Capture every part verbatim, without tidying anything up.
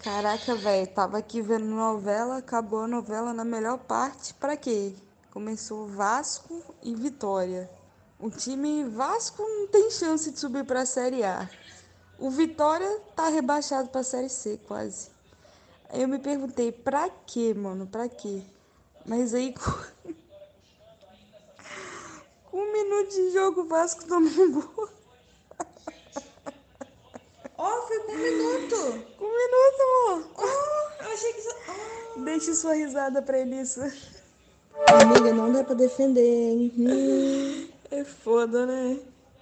Caraca, velho, tava aqui vendo novela, acabou a novela na melhor parte, pra quê? Começou Vasco e Vitória. O time Vasco não tem chance de subir pra Série A. O Vitória tá rebaixado pra Série C, quase. Aí eu me perguntei, pra quê, mano? Pra quê? Mas aí, com com um minuto de jogo, o Vasco tomou um gol. Oh, foi com um minuto. Com um minuto, amor. Oh, eu achei que... isso- Oh. Deixe sua risada pra Elissa. Amiga, não dá pra defender, hein? Hum. É foda, né?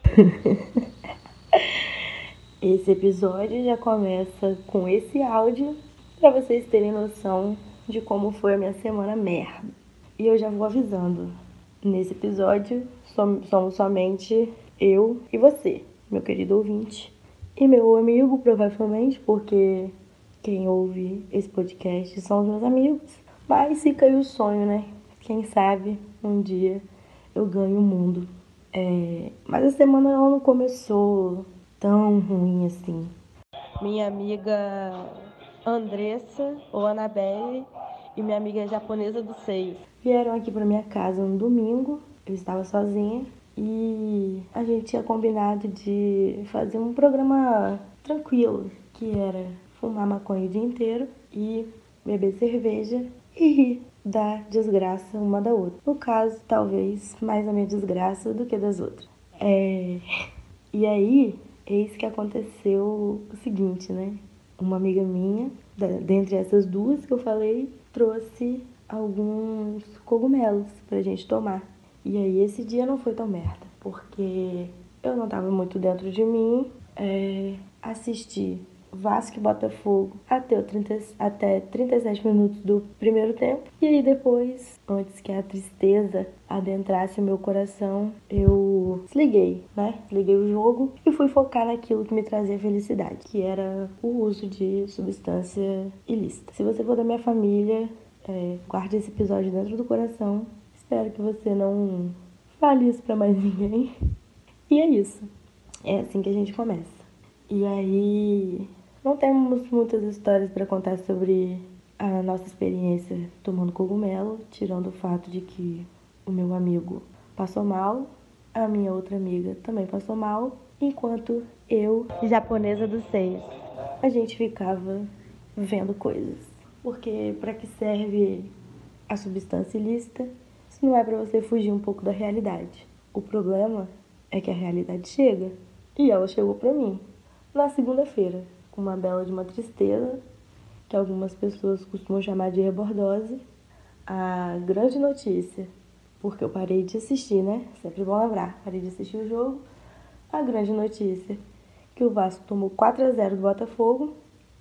Esse episódio já começa com esse áudio para vocês terem noção de como foi a minha semana merda. E eu já vou avisando, nesse episódio som- somos somente eu e você, meu querido ouvinte, e meu amigo, provavelmente, porque quem ouve esse podcast são os meus amigos. Mas fica aí o sonho, né? Quem sabe um dia eu ganho o mundo. É, mas a semana ela não começou tão ruim assim. Minha amiga Andressa, ou Anabelle, e minha amiga japonesa do seis vieram aqui pra minha casa no domingo. Eu estava sozinha e a gente tinha combinado de fazer um programa tranquilo, que era fumar maconha o dia inteiro e beber cerveja e rir da desgraça uma da outra. No caso, talvez mais a minha desgraça do que das outras. É... E aí, eis que aconteceu o seguinte, né? Uma amiga minha, da, dentre essas duas que eu falei, trouxe alguns cogumelos pra gente tomar. E aí esse dia não foi tão merda, porque eu não tava muito dentro de mim, é, assisti Vasco e Botafogo até, o trinta, até trinta e sete minutos do primeiro tempo. E aí depois, antes que a tristeza adentrasse o meu coração, eu desliguei, né? Desliguei o jogo e fui focar naquilo que me trazia felicidade, que era o uso de substância ilícita. Se você for da minha família, é, guarde esse episódio dentro do coração. Espero que você não fale isso pra mais ninguém. E é isso. É assim que a gente começa. E aí, não temos muitas histórias para contar sobre a nossa experiência tomando cogumelo, tirando o fato de que o meu amigo passou mal, a minha outra amiga também passou mal, enquanto eu, japonesa dos seis, a gente ficava vendo coisas. Porque para que serve a substância ilícita se não é para você fugir um pouco da realidade? O problema é que a realidade chega, e ela chegou para mim na segunda-feira, com uma bela de uma tristeza, que algumas pessoas costumam chamar de rebordose. A grande notícia, porque eu parei de assistir, né? Sempre bom lembrar, parei de assistir o jogo. A grande notícia, que o Vasco tomou quatro a zero do Botafogo.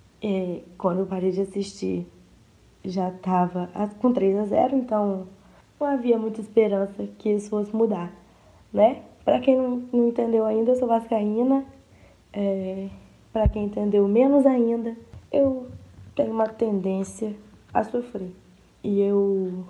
E quando eu parei de assistir, já estava com três a zero, então não havia muita esperança que isso fosse mudar, né? Para quem não, não entendeu ainda, eu sou vascaína. É, para quem entendeu menos ainda, eu tenho uma tendência a sofrer. E eu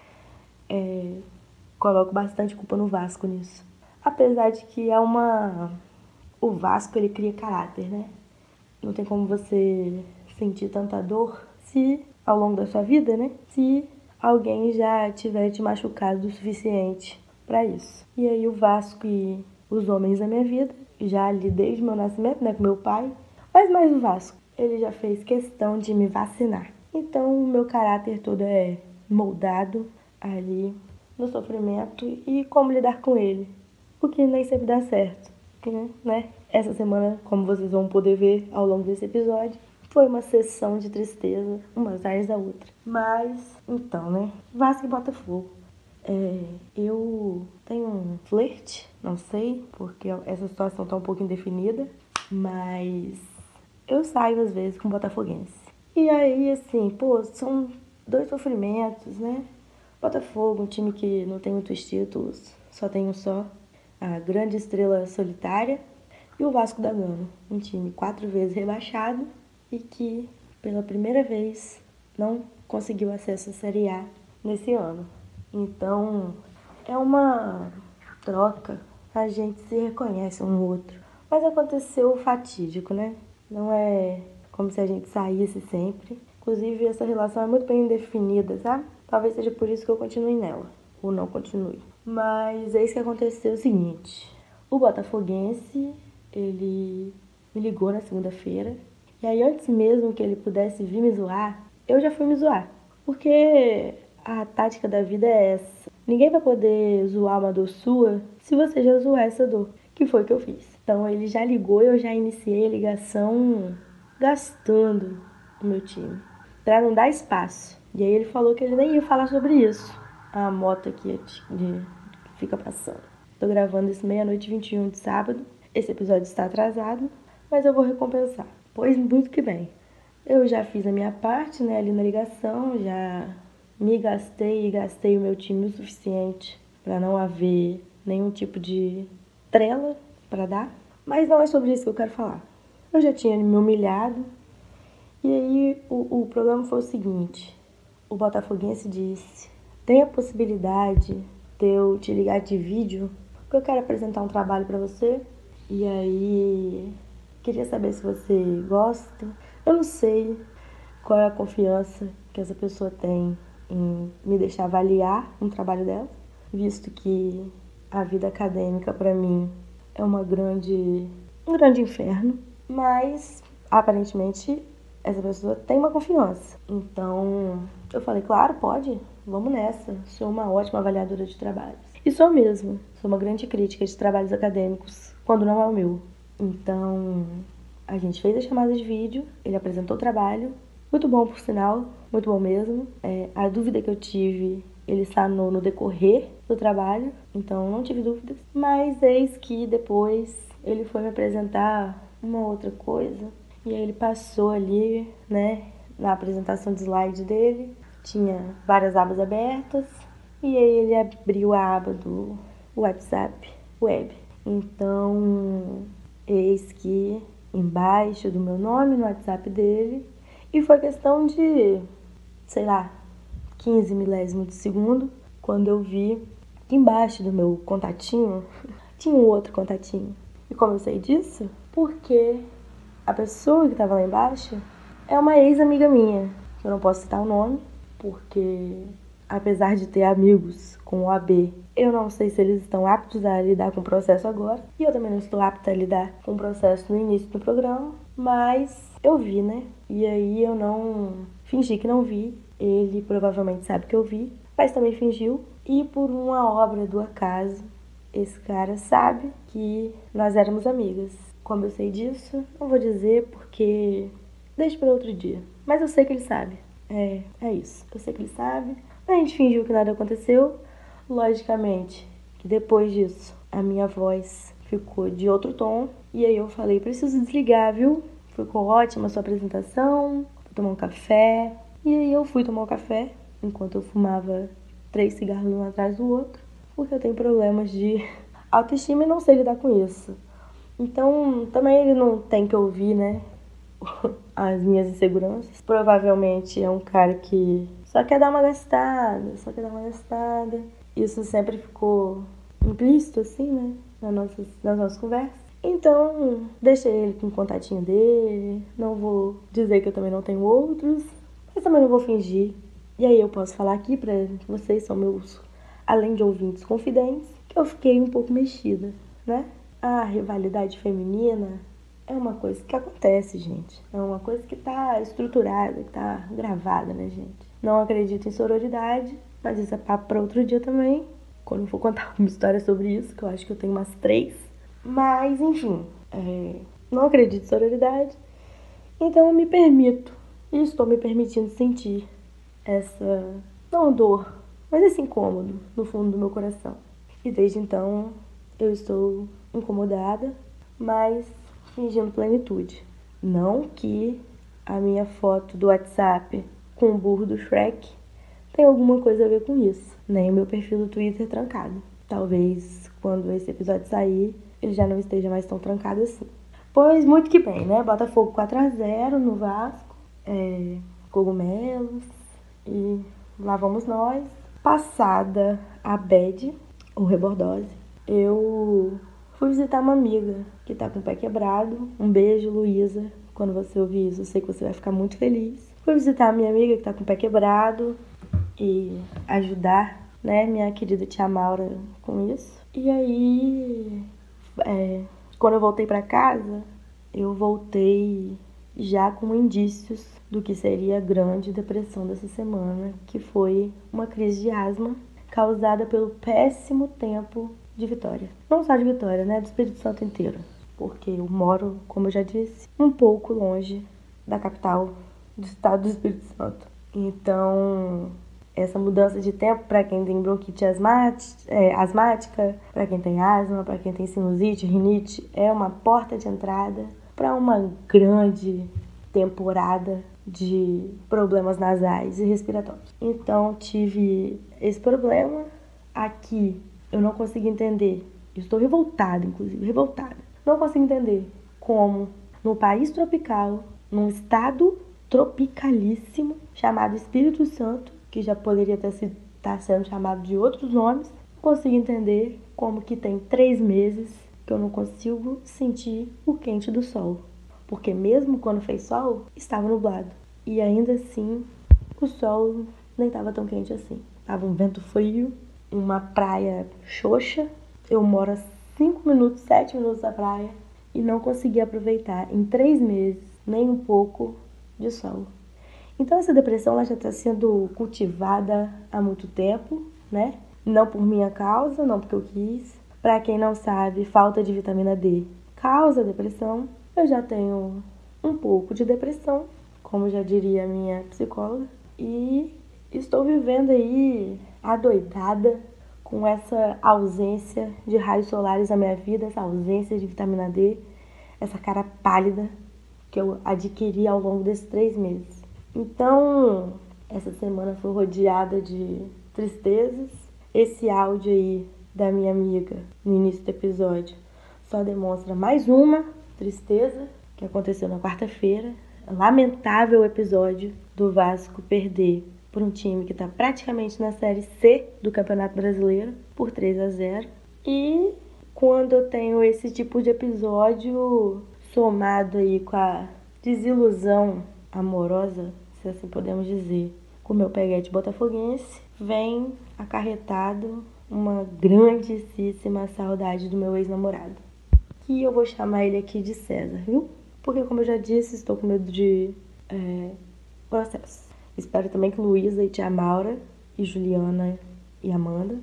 é, coloco bastante culpa no Vasco nisso. Apesar de que é uma... O Vasco, ele cria caráter, né? Não tem como você sentir tanta dor se, ao longo da sua vida, né? Se alguém já tiver te machucado o suficiente para isso. E aí o Vasco e os homens da minha vida, já ali desde o meu nascimento, né, com meu pai, mas mais o Vasco, ele já fez questão de me vacinar. Então o meu caráter todo é moldado ali no sofrimento e como lidar com ele, o que nem sempre dá certo, né? Essa semana, como vocês vão poder ver ao longo desse episódio, foi uma sessão de tristeza, uma atrás da outra. Mas, então, né? Vasco e Botafogo. É, eu tenho um flerte, não sei, porque essa situação tá um pouco indefinida, mas eu saio às vezes com botafoguense. E aí, assim, pô, são dois sofrimentos, né? Botafogo, um time que não tem muitos títulos, só tem um só, a grande estrela solitária, e o Vasco da Gama, um time quatro vezes rebaixado e que, pela primeira vez, não conseguiu acesso à Série A nesse ano. Então, é uma troca, a gente se reconhece um no outro. Mas aconteceu o fatídico, né? Não é como se a gente saísse sempre. Inclusive, essa relação é muito bem definida, sabe? Talvez seja por isso que eu continue nela, ou não continue. Mas é isso que aconteceu, o seguinte. O botafoguense, ele me ligou na segunda-feira. E aí, antes mesmo que ele pudesse vir me zoar, eu já fui me zoar. Porque a tática da vida é essa. Ninguém vai poder zoar uma dor sua se você já zoar essa dor. Que foi o que eu fiz. Então, ele já ligou e eu já iniciei a ligação gastando o meu time. Pra não dar espaço. E aí ele falou que ele nem ia falar sobre isso. A moto aqui de, fica passando. Tô gravando isso meia-noite e vinte e um de sábado. Esse episódio está atrasado, mas eu vou recompensar. Pois muito que bem. Eu já fiz a minha parte, né, ali na ligação, já me gastei e gastei o meu time o suficiente para não haver nenhum tipo de trela para dar. Mas não é sobre isso que eu quero falar. Eu já tinha me humilhado. E aí o, o programa foi o seguinte. O botafoguense disse: tem a possibilidade de eu te ligar de vídeo, porque eu quero apresentar um trabalho para você. E aí, queria saber se você gosta. Eu não sei qual é a confiança que essa pessoa tem em me deixar avaliar um trabalho dela, visto que a vida acadêmica para mim é uma grande, um grande inferno, mas aparentemente essa pessoa tem uma confiança. Então eu falei, claro, pode, vamos nessa, sou uma ótima avaliadora de trabalhos. E sou mesmo, sou uma grande crítica de trabalhos acadêmicos, quando não é o meu. Então a gente fez a chamada de vídeo, ele apresentou o trabalho, muito bom por sinal, muito bom mesmo. É, a dúvida que eu tive, ele sanou no decorrer do trabalho, então não tive dúvidas. Mas eis que depois ele foi me apresentar uma outra coisa, e aí ele passou ali, né, na apresentação de slide dele, tinha várias abas abertas, e aí ele abriu a aba do WhatsApp Web. Então, eis que embaixo do meu nome no WhatsApp dele, e foi questão de, sei lá, quinze milésimos de segundo, quando eu vi que embaixo do meu contatinho tinha um outro contatinho. E como eu sei disso? Porque a pessoa que estava lá embaixo é uma ex-amiga minha. Eu não posso citar o nome, porque apesar de ter amigos com o A B, eu não sei se eles estão aptos a lidar com o processo agora. E eu também não estou apta a lidar com o processo no início do programa. Mas eu vi, né? E aí eu não fingi que não vi. Ele provavelmente sabe que eu vi, mas também fingiu. E por uma obra do acaso, esse cara sabe que nós éramos amigas. Como eu sei disso, não vou dizer porque deixa para outro dia. Mas eu sei que ele sabe. É, é isso. Eu sei que ele sabe. A gente fingiu que nada aconteceu. Logicamente que depois disso a minha voz ficou de outro tom. E aí eu falei, preciso desligar, viu? Ficou ótima a sua apresentação. Vou tomar um café. E aí eu fui tomar um café enquanto eu fumava três cigarros um atrás do outro. Porque eu tenho problemas de autoestima e não sei lidar com isso. Então também ele não tem que ouvir, né? As minhas inseguranças. Provavelmente é um cara que só quer dar uma gastada, só quer dar uma gastada. Isso sempre ficou implícito, assim, né? Nas nossas, nas nossas conversas. Então, deixei ele com o contatinho dele. Não vou dizer que eu também não tenho outros, mas também não vou fingir. E aí eu posso falar aqui pra vocês, são meus, além de ouvintes confidentes, que eu fiquei um pouco mexida, né? A rivalidade feminina é uma coisa que acontece, gente. É uma coisa que tá estruturada, que tá gravada, né, gente? Não acredito em sororidade, mas isso é papo pra outro dia também. Quando eu for contar uma história sobre isso, que eu acho que eu tenho umas três. Mas, enfim, é, não acredito em sororidade. Então eu me permito, e estou me permitindo sentir essa, não dor, mas esse incômodo no fundo do meu coração. E desde então eu estou incomodada, mas fingindo plenitude. Não que a minha foto do WhatsApp com o burro do Shrek tem alguma coisa a ver com isso. Nem o meu perfil do Twitter trancado. Talvez quando esse episódio sair, ele já não esteja mais tão trancado assim. Pois muito que bem, né? Botafogo quatro a zero no Vasco. É, cogumelos. E lá vamos nós. Passada a bad, ou rebordose, eu fui visitar uma amiga que tá com o pé quebrado. Um beijo, Luísa. quando você ouvir isso, eu sei que você vai ficar muito feliz. Fui visitar a minha amiga que tá com o pé quebrado e ajudar, né, minha querida tia Maura com isso. E aí, é, quando eu voltei pra casa, eu voltei já com indícios do que seria a grande depressão dessa semana, que foi uma crise de asma causada pelo péssimo tempo de Vitória. Não só de Vitória, né, do Espírito Santo inteiro, porque eu moro, como eu já disse, um pouco longe da capital do estado do Espírito Santo. Então, essa mudança de tempo para quem tem bronquite asmática, é, asmática para quem tem asma, para quem tem sinusite, rinite, é uma porta de entrada para uma grande temporada de problemas nasais e respiratórios. Então, tive esse problema aqui. Eu não consigo entender. Eu estou revoltada, inclusive, revoltada. Não consigo entender como, no país tropical, num estado tropicalíssimo chamado Espírito Santo, que já poderia ter sido, estar sendo chamado de outros nomes, não consigo entender como que tem três meses que eu não consigo sentir o quente do sol. Porque mesmo quando fez sol, estava nublado. E ainda assim, o sol nem estava tão quente assim. Tava um vento frio, uma praia xoxa. Eu moro a cinco minutos, sete minutos da praia e não consegui aproveitar em três meses nem um pouco de sol. Então essa depressão ela já está sendo cultivada há muito tempo, né? Não por minha causa, não porque eu quis. Para quem não sabe, falta de vitamina D causa depressão. Eu já tenho um pouco de depressão, como já diria a minha psicóloga, e estou vivendo aí adoidada com essa ausência de raios solares na minha vida, essa ausência de vitamina D, essa cara pálida que eu adquiri ao longo desses três meses. Então, essa semana foi rodeada de tristezas. Esse áudio aí da minha amiga no início do episódio só demonstra mais uma tristeza que aconteceu na quarta-feira. Lamentável episódio do Vasco perder por um time que está praticamente na Série C do Campeonato Brasileiro por três a zero. E quando eu tenho esse tipo de episódio somado aí com a desilusão amorosa, se assim podemos dizer, com o meu peguete botafoguense, vem acarretado uma grandíssima saudade do meu ex-namorado. Que eu vou chamar ele aqui de César, viu? Porque, como eu já disse, estou com medo de é, processo. Espero também que Luísa e Tia Maura e Juliana e Amanda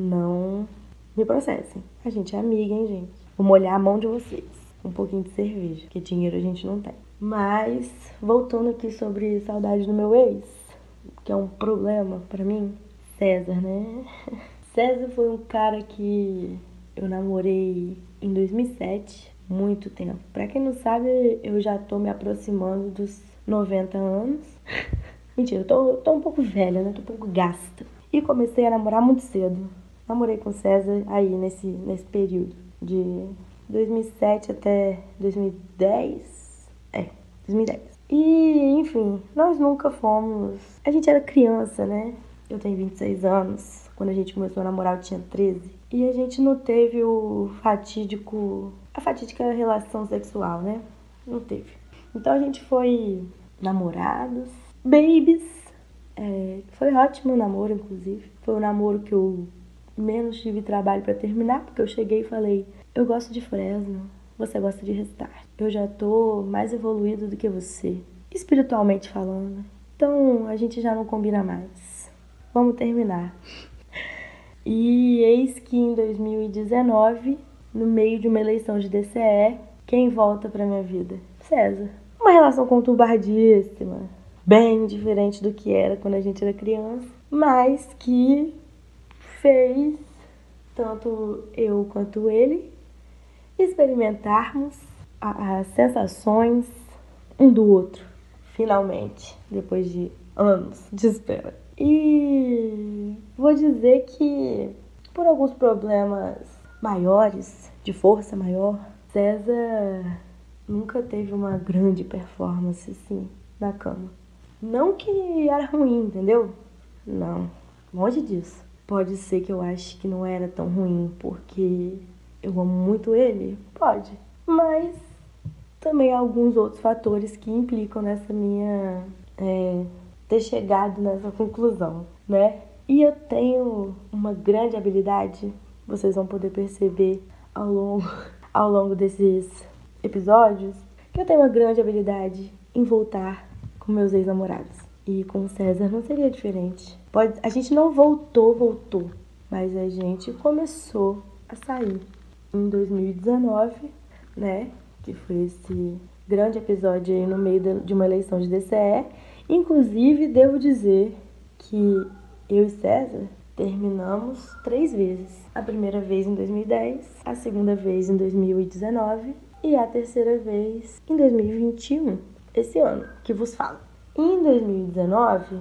não me processem. A gente é amiga, hein, gente? Vou molhar a mão de vocês. Um pouquinho de cerveja, porque dinheiro a gente não tem. Mas, voltando aqui sobre saudade do meu ex, que é um problema pra mim, César, né? César foi um cara que eu namorei em dois mil e sete, muito tempo. Pra quem não sabe, eu já tô me aproximando dos noventa anos. Mentira, eu tô, tô um pouco velha, né? Tô um pouco gasta. E comecei a namorar muito cedo. Namorei com o César aí nesse, nesse período de dois mil e sete até dois mil e dez. É, dois mil e dez. E, enfim, nós nunca fomos... A gente era criança, né? Eu tenho vinte e seis anos. Quando a gente começou a namorar, eu tinha treze. E a gente não teve o fatídico... A fatídica relação sexual, né? Não teve. Então a gente foi namorados, babies. É, foi ótimo o namoro, inclusive. Foi o namoro que eu menos tive trabalho pra terminar, porque eu cheguei e falei: eu gosto de Fresno, você gosta de Restart. Eu já tô mais evoluído do que você, espiritualmente falando. Então a gente já não combina mais. Vamos terminar. E eis que em dois mil e dezenove, no meio de uma eleição de D C E, quem volta pra minha vida? César. Uma relação conturbadíssima, bem diferente do que era quando a gente era criança, mas que fez tanto eu quanto ele experimentarmos as sensações um do outro, finalmente, depois de anos de espera. E vou dizer que, por alguns problemas maiores, de força maior, César nunca teve uma grande performance, assim, na cama. Não que era ruim, entendeu? Não, longe disso. Pode ser que eu ache que não era tão ruim porque eu amo muito ele? Pode. Mas também alguns outros fatores que implicam nessa minha... É, ter chegado nessa conclusão, né? E eu tenho uma grande habilidade, vocês vão poder perceber ao longo, ao longo desses episódios, que eu tenho uma grande habilidade em voltar com meus ex-namorados. E com o César não seria diferente. Pode, a gente não voltou, voltou, mas a gente começou a sair em dois mil e dezenove, né? Que foi esse grande episódio aí no meio de uma eleição de D C E. Inclusive, devo dizer que eu e César terminamos três vezes. A primeira vez em dois mil e dez, a segunda vez em dois mil e dezenove e a terceira vez em dois mil e vinte e um, esse ano que vos falo. Em dois mil e dezenove...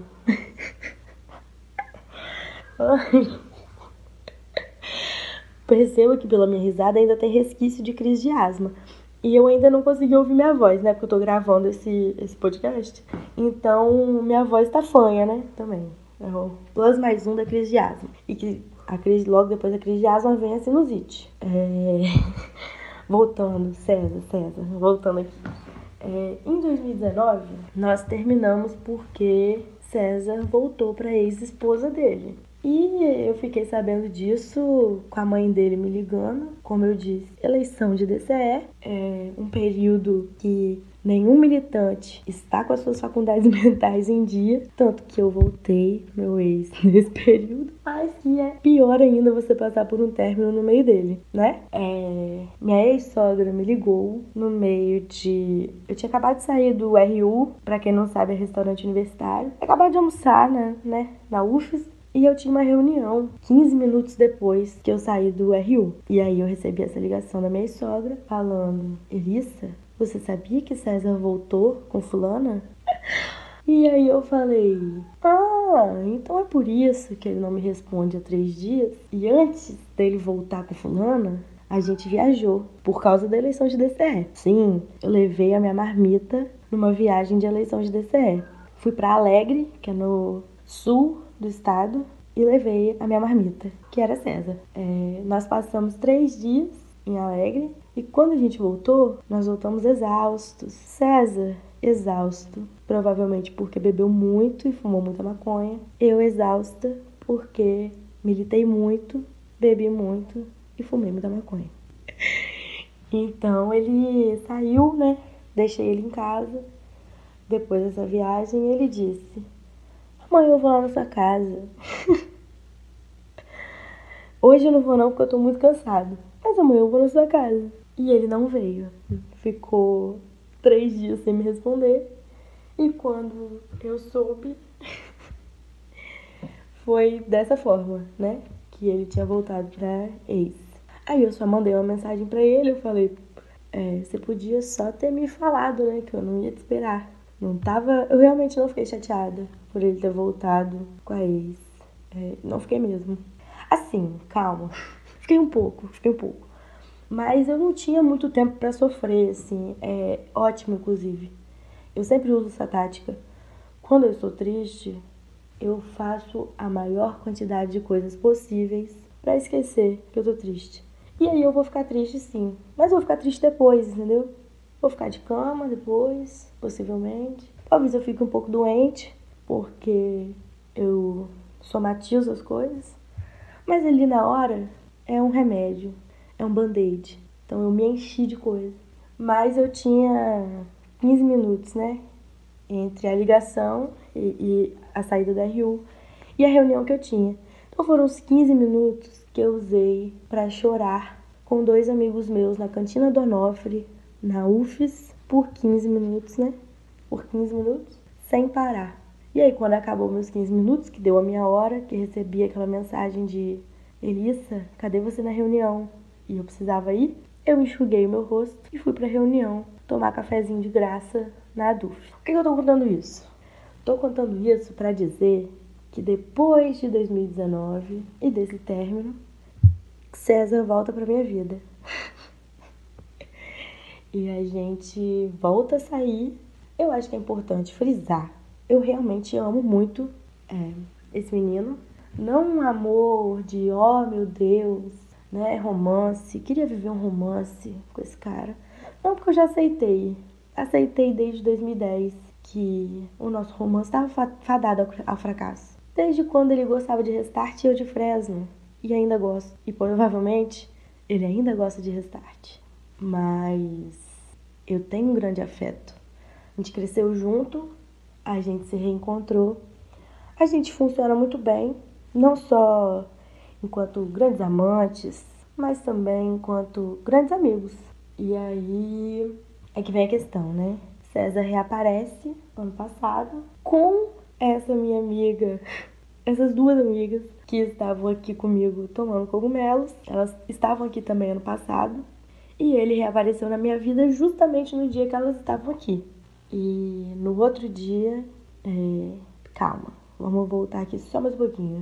Perceba que pela minha risada ainda tem resquício de crise de asma. E eu ainda não consegui ouvir minha voz, né? Porque eu tô gravando esse, esse podcast. Então, minha voz tá fanha, né? Também. É o plus mais um da crise de asma. E que a crise, logo depois da crise de asma vem a sinusite. É... Voltando, César, César, voltando aqui. É, em dois mil e dezenove, nós terminamos porque César voltou pra ex-esposa dele. E eu fiquei sabendo disso com a mãe dele me ligando. Como eu disse, eleição de D C E é um período que nenhum militante está com as suas faculdades mentais em dia. Tanto que eu voltei meu ex nesse período. Mas que é pior ainda você passar por um término no meio dele, né? É... Minha ex-sogra me ligou no meio de... Eu tinha acabado de sair do R U, pra quem não sabe é restaurante universitário. Acabado de almoçar, né? né? Na U F S. E eu tinha uma reunião quinze minutos depois que eu saí do R U. E aí eu recebi essa ligação da minha sogra falando: Elissa, você sabia que César voltou com fulana? E aí eu falei: ah, então é por isso que ele não me responde há três dias. E antes dele voltar com fulana, a gente viajou por causa da eleição de D C E. Sim, eu levei a minha marmita numa viagem de eleição de D C E. Fui pra Alegre, que é no sul do estado, e levei a minha marmita, que era César. É, nós passamos três dias em Alegre e quando a gente voltou, nós voltamos exaustos. César, exausto, provavelmente porque bebeu muito e fumou muita maconha. Eu exausta porque militei muito, bebi muito e fumei muita maconha. Então ele saiu, né? Deixei ele em casa. Depois dessa viagem, ele disse: amanhã eu vou lá na sua casa. Hoje eu não vou não porque eu tô muito cansado. Mas amanhã eu vou na sua casa. E ele não veio. Ficou três dias sem me responder. E quando eu soube, foi dessa forma, né? Que ele tinha voltado pra ex. Aí eu só mandei uma mensagem pra ele. Eu falei: é, você podia só ter me falado, né? Que eu não ia te esperar. Não tava... Eu realmente não fiquei chateada por ele ter voltado com a ex. É, não fiquei mesmo. Assim, calma. Fiquei um pouco, fiquei um pouco. Mas eu não tinha muito tempo pra sofrer, assim. É ótimo, inclusive. Eu sempre uso essa tática. Quando eu estou triste, eu faço a maior quantidade de coisas possíveis pra esquecer que eu tô triste. E aí eu vou ficar triste, sim. Mas eu vou ficar triste depois, entendeu? Vou ficar de cama depois, possivelmente. Talvez eu fique um pouco doente, porque eu somatizo as coisas. Mas ali na hora é um remédio, é um band-aid. Então eu me enchi de coisa. Mas eu tinha quinze minutos, né? Entre a ligação e, e a saída da R U e a reunião que eu tinha. Então foram os quinze minutos que eu usei pra chorar com dois amigos meus na cantina do Onofre, na U F S, por quinze minutos, né? Por quinze minutos, sem parar. E aí, quando acabou meus quinze minutos, que deu a minha hora, que recebi aquela mensagem de: Elissa, cadê você na reunião? E eu precisava ir, eu enxuguei o meu rosto e fui pra reunião tomar cafezinho de graça na D U F. Por que eu tô contando isso? Tô contando isso pra dizer que depois de dois mil e dezenove e desse término, César volta pra minha vida. E a gente volta a sair. Eu acho que é importante frisar. Eu realmente amo muito é, esse menino. Não um amor de, oh meu Deus, né, romance. Queria viver um romance com esse cara. Não, porque eu já aceitei. Aceitei desde dois mil e dez que o nosso romance estava fadado ao fracasso. Desde quando ele gostava de Restart e eu de Fresno. E ainda gosto. E provavelmente ele ainda gosta de Restart. Mas eu tenho um grande afeto. A gente cresceu junto, a gente se reencontrou. A gente funciona muito bem, não só enquanto grandes amantes, mas também enquanto grandes amigos. E aí é que vem a questão, né? César reaparece ano passado com essa minha amiga, essas duas amigas que estavam aqui comigo tomando cogumelos. Elas estavam aqui também ano passado. E ele reapareceu na minha vida justamente no dia que elas estavam aqui. E no outro dia... É... Calma, vamos voltar aqui só mais um pouquinho.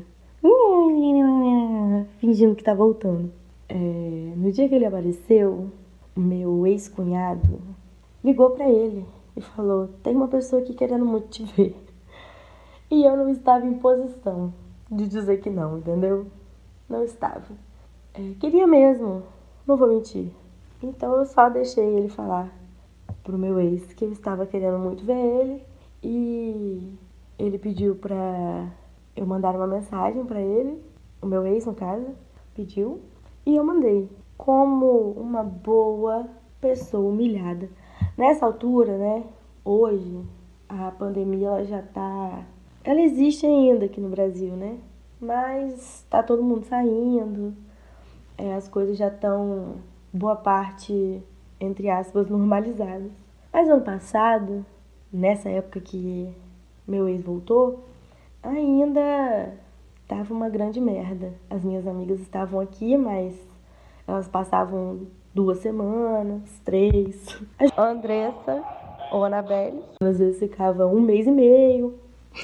Fingindo que tá voltando. É... No dia que ele apareceu, o meu ex-cunhado ligou pra ele e falou: tem uma pessoa aqui querendo muito te ver. E eu não estava em posição de dizer que não, entendeu? Não estava. É, queria mesmo, não vou mentir. Então eu só deixei ele falar pro meu ex que eu estava querendo muito ver ele. E ele pediu pra eu mandar uma mensagem pra ele. O meu ex, no caso, pediu. E eu mandei. Como uma boa pessoa humilhada. Nessa altura, né? Hoje, a pandemia ela já tá... Ela existe ainda aqui no Brasil, né? Mas tá todo mundo saindo. É, as coisas já estão, boa parte, entre aspas, normalizadas. Mas ano passado, nessa época que meu ex voltou, ainda tava uma grande merda. As minhas amigas estavam aqui, mas elas passavam duas semanas, três. A Andressa ou a Anabelle, às vezes ficava um mês e meio.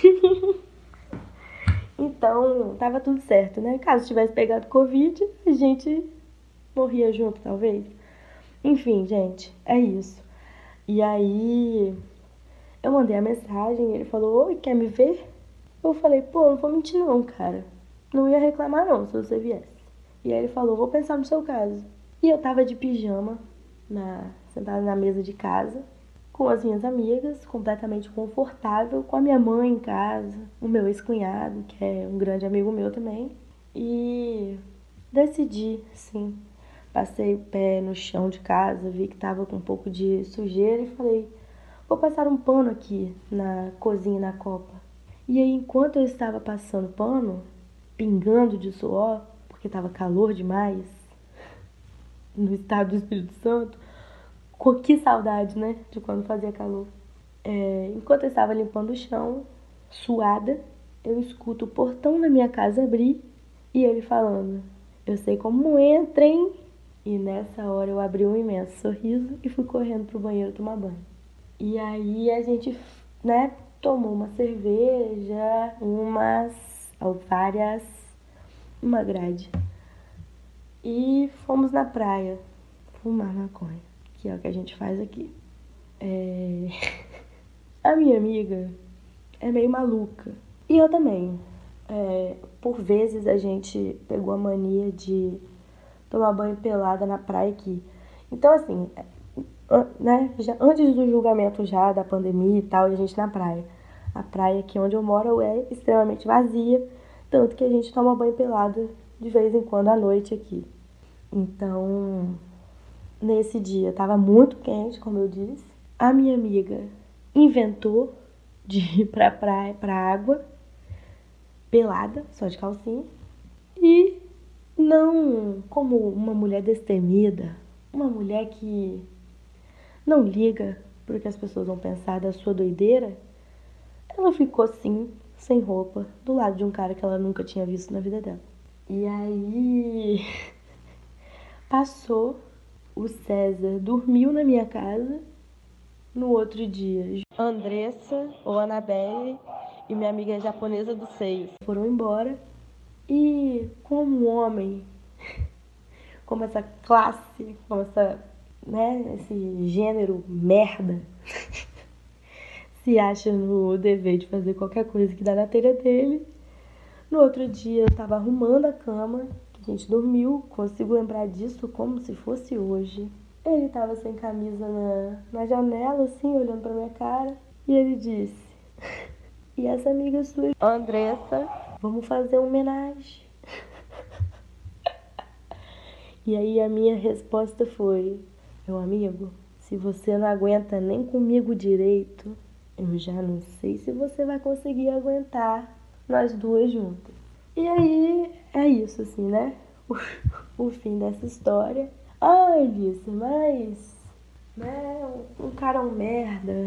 Então, tava tudo certo, né? Caso tivesse pegado Covid, a gente morria junto, talvez. Enfim, gente, é isso. E aí, eu mandei a mensagem, ele falou: oi, quer me ver? Eu falei: pô, não vou mentir não, cara. Não ia reclamar não, se você viesse. E aí ele falou: vou pensar no seu caso. E eu tava de pijama, na, sentada na mesa de casa, com as minhas amigas, completamente confortável, com a minha mãe em casa, o meu ex-cunhado, que é um grande amigo meu também. E decidi, sim. Passei o pé no chão de casa, vi que tava com um pouco de sujeira e falei: vou passar um pano aqui na cozinha, na copa. E aí, enquanto eu estava passando pano, pingando de suor, porque tava calor demais no estado do Espírito Santo, que saudade, né, de quando fazia calor. É, enquanto eu estava limpando o chão, suada, eu escuto o portão da minha casa abrir e ele falando: eu sei como entra, hein? E nessa hora eu abri um imenso sorriso e fui correndo pro banheiro tomar banho. E aí a gente, né, tomou uma cerveja, umas, várias, uma grade. E fomos na praia fumar maconha, que é o que a gente faz aqui. É... A minha amiga é meio maluca. E eu também. É... Por vezes a gente pegou a mania de tomar banho pelada na praia aqui. Então, assim, né, já, antes do julgamento já da pandemia e tal, a gente na praia. A praia aqui onde eu moro é extremamente vazia, tanto que a gente toma banho pelada de vez em quando à noite aqui. Então, nesse dia tava muito quente, como eu disse. A minha amiga inventou de ir pra praia, pra água, pelada, só de calcinha. E não como uma mulher destemida, uma mulher que não liga pro que as pessoas vão pensar da sua doideira, ela ficou assim, sem roupa, do lado de um cara que ela nunca tinha visto na vida dela. E aí passou, o César dormiu na minha casa. No outro dia, Andressa ou Anabelle e minha amiga japonesa dos seios foram embora. E como um homem, como essa classe, como essa, né, esse gênero merda, se acha no dever de fazer qualquer coisa que dá na telha dele. No outro dia eu tava arrumando a cama, que a gente dormiu, consigo lembrar disso como se fosse hoje. Ele tava sem camisa na, na janela, assim, olhando pra minha cara. E ele disse: e essa amiga sua, Andressa, vamos fazer uma homenagem. E aí a minha resposta foi: meu amigo, se você não aguenta nem comigo direito, eu já não sei se você vai conseguir aguentar nós duas juntas. E aí é isso, assim, né? O, o fim dessa história. Ai, disse, mas né, um, um cara é um merda.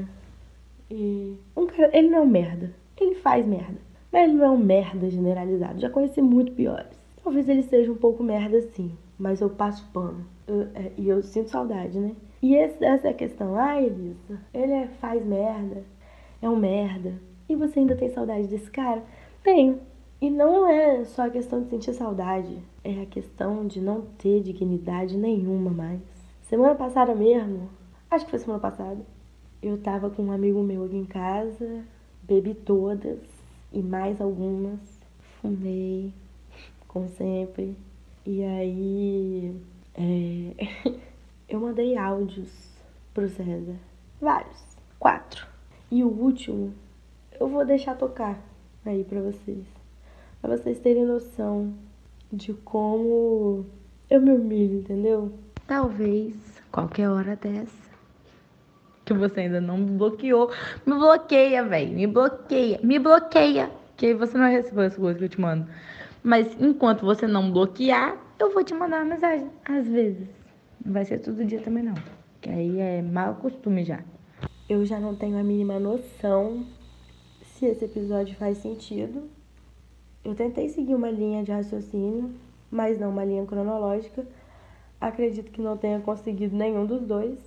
E um cara, ele não é um merda. Ele faz merda. Mas ele não é um merda generalizado. Já conheci muito piores. Talvez ele seja um pouco merda sim. Mas eu passo pano. Eu, é, e eu sinto saudade, né? E esse, essa é a questão. Ai, Elisa, ele é, faz merda. É um merda. E você ainda tem saudade desse cara? Tenho. E não é só a questão de sentir saudade. É a questão de não ter dignidade nenhuma mais. Semana passada mesmo. Acho que foi semana passada. Eu tava com um amigo meu aqui em casa, bebi todas e mais algumas, fumei, como sempre. E aí é, eu mandei áudios pro César, vários, quatro. E o último eu vou deixar tocar aí pra vocês, pra vocês terem noção de como eu me humilho, entendeu? Talvez qualquer hora dessa que você ainda não me bloqueou. Me bloqueia, velho. Me bloqueia. Me bloqueia. Que aí você não vai receber as coisas que eu te mando. Mas enquanto você não bloquear, eu vou te mandar uma mensagem. Às vezes. Não vai ser todo dia também, não. Que aí é mau costume já. Eu já não tenho a mínima noção se esse episódio faz sentido. Eu tentei seguir uma linha de raciocínio, mas não uma linha cronológica. Acredito que não tenha conseguido nenhum dos dois.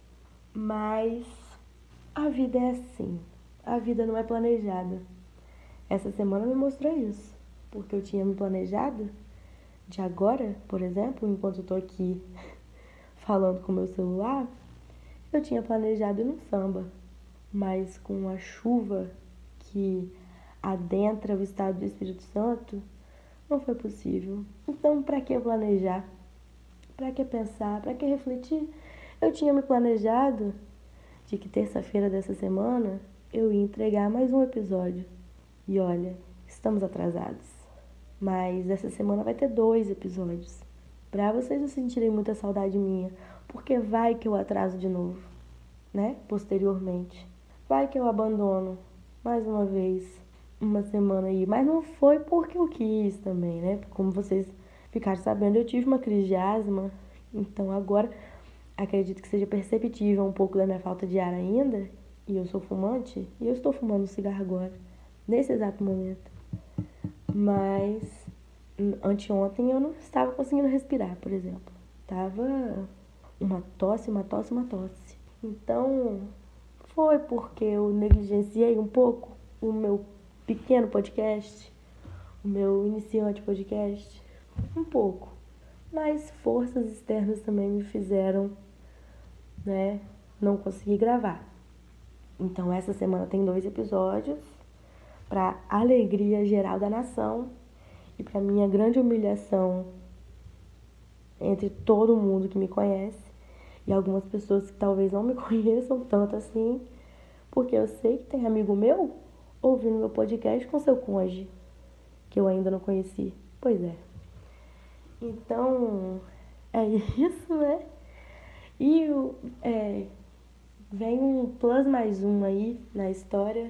Mas a vida é assim. A vida não é planejada. Essa semana me mostrou isso. Porque eu tinha me planejado de agora, por exemplo, enquanto eu tô aqui falando com o meu celular, eu tinha planejado ir num samba. Mas com a chuva que adentra o estado do Espírito Santo, não foi possível. Então, pra que planejar? Pra que pensar? Pra que refletir? Eu tinha me planejado de que terça-feira dessa semana eu ia entregar mais um episódio. E olha, estamos atrasados. Mas essa semana vai ter dois episódios. Pra vocês não sentirem muita saudade minha. Porque vai que eu atraso de novo, né? Posteriormente. Vai que eu abandono mais uma vez uma semana aí. Mas não foi porque eu quis também, né? Como vocês ficaram sabendo, eu tive uma crise de asma. Então agora acredito que seja perceptível um pouco da minha falta de ar ainda. E eu sou fumante. E eu estou fumando um cigarro agora. Nesse exato momento. Mas anteontem eu não estava conseguindo respirar, por exemplo. Tava uma tosse, uma tosse, uma tosse. Então, foi porque eu negligenciei um pouco o meu pequeno podcast, o meu iniciante podcast. Um pouco. Mas forças externas também me fizeram, né, não conseguir gravar. Então, essa semana tem dois episódios para alegria geral da nação e para minha grande humilhação entre todo mundo que me conhece e algumas pessoas que talvez não me conheçam tanto assim, porque eu sei que tem amigo meu ouvindo meu podcast com seu cônjuge, que eu ainda não conheci. Pois é. Então, é isso, né? E é, vem um plus mais um aí na história,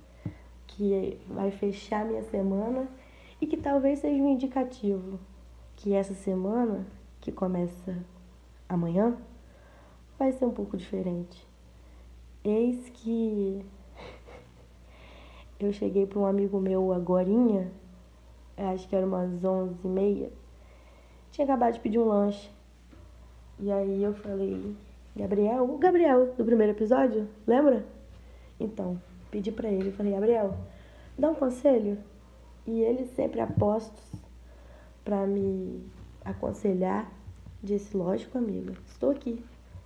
que vai fechar minha semana e que talvez seja um indicativo que essa semana, que começa amanhã, vai ser um pouco diferente. Eis que eu cheguei para um amigo meu agorinha, acho que era umas onze e meia, tinha acabado de pedir um lanche. E aí eu falei, Gabriel, o Gabriel do primeiro episódio, lembra? Então, pedi pra ele, falei, Gabriel, dá um conselho? E ele sempre apostos pra me aconselhar, disse, lógico, amiga, estou aqui.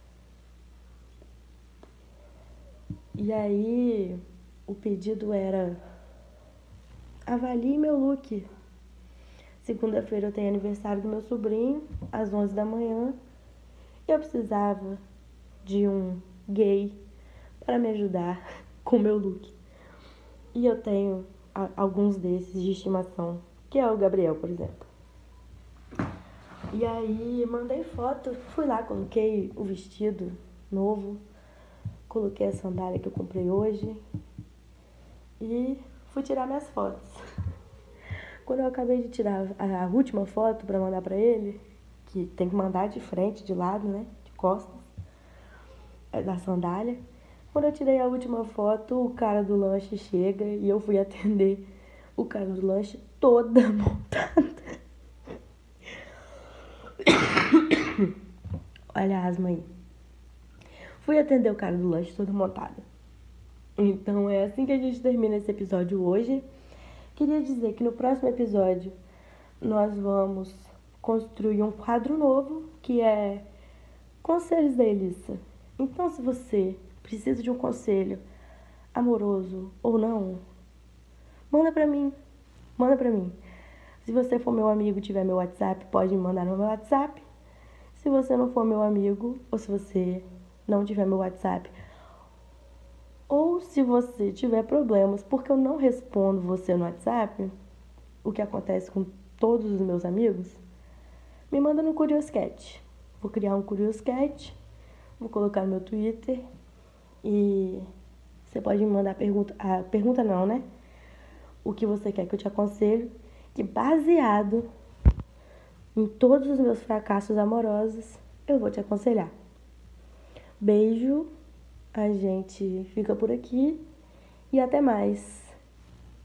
E aí o pedido era, avalie meu look. Segunda-feira eu tenho aniversário do meu sobrinho, às onze da manhã. Eu precisava de um gay para me ajudar com o meu look. E eu tenho a- alguns desses de estimação, que é o Gabriel, por exemplo. E aí mandei foto, fui lá, coloquei o vestido novo, coloquei a sandália que eu comprei hoje e fui tirar minhas fotos. Quando eu acabei de tirar a última foto para mandar para ele, que tem que mandar de frente, de lado, né, de costas, é da sandália. Quando eu tirei a última foto, o cara do lanche chega e eu fui atender o cara do lanche toda montada. Olha a asma aí. Fui atender o cara do lanche toda montada. Então é assim que a gente termina esse episódio hoje. Queria dizer que no próximo episódio nós vamos construir um quadro novo, que é Conselhos da Elissa. Então, se você precisa de um conselho amoroso ou não, manda pra mim. Manda pra mim. Se você for meu amigo e tiver meu WhatsApp, pode me mandar no meu WhatsApp. Se você não for meu amigo, ou se você não tiver meu WhatsApp, ou se você tiver problemas, porque eu não respondo você no WhatsApp, o que acontece com todos os meus amigos, me manda no Curioscat. Vou criar um Curioscat, vou colocar no meu Twitter e você pode me mandar pergunta, ah, pergunta não, né? O que você quer que eu te aconselhe, que baseado em todos os meus fracassos amorosos, eu vou te aconselhar. Beijo, a gente fica por aqui e até mais.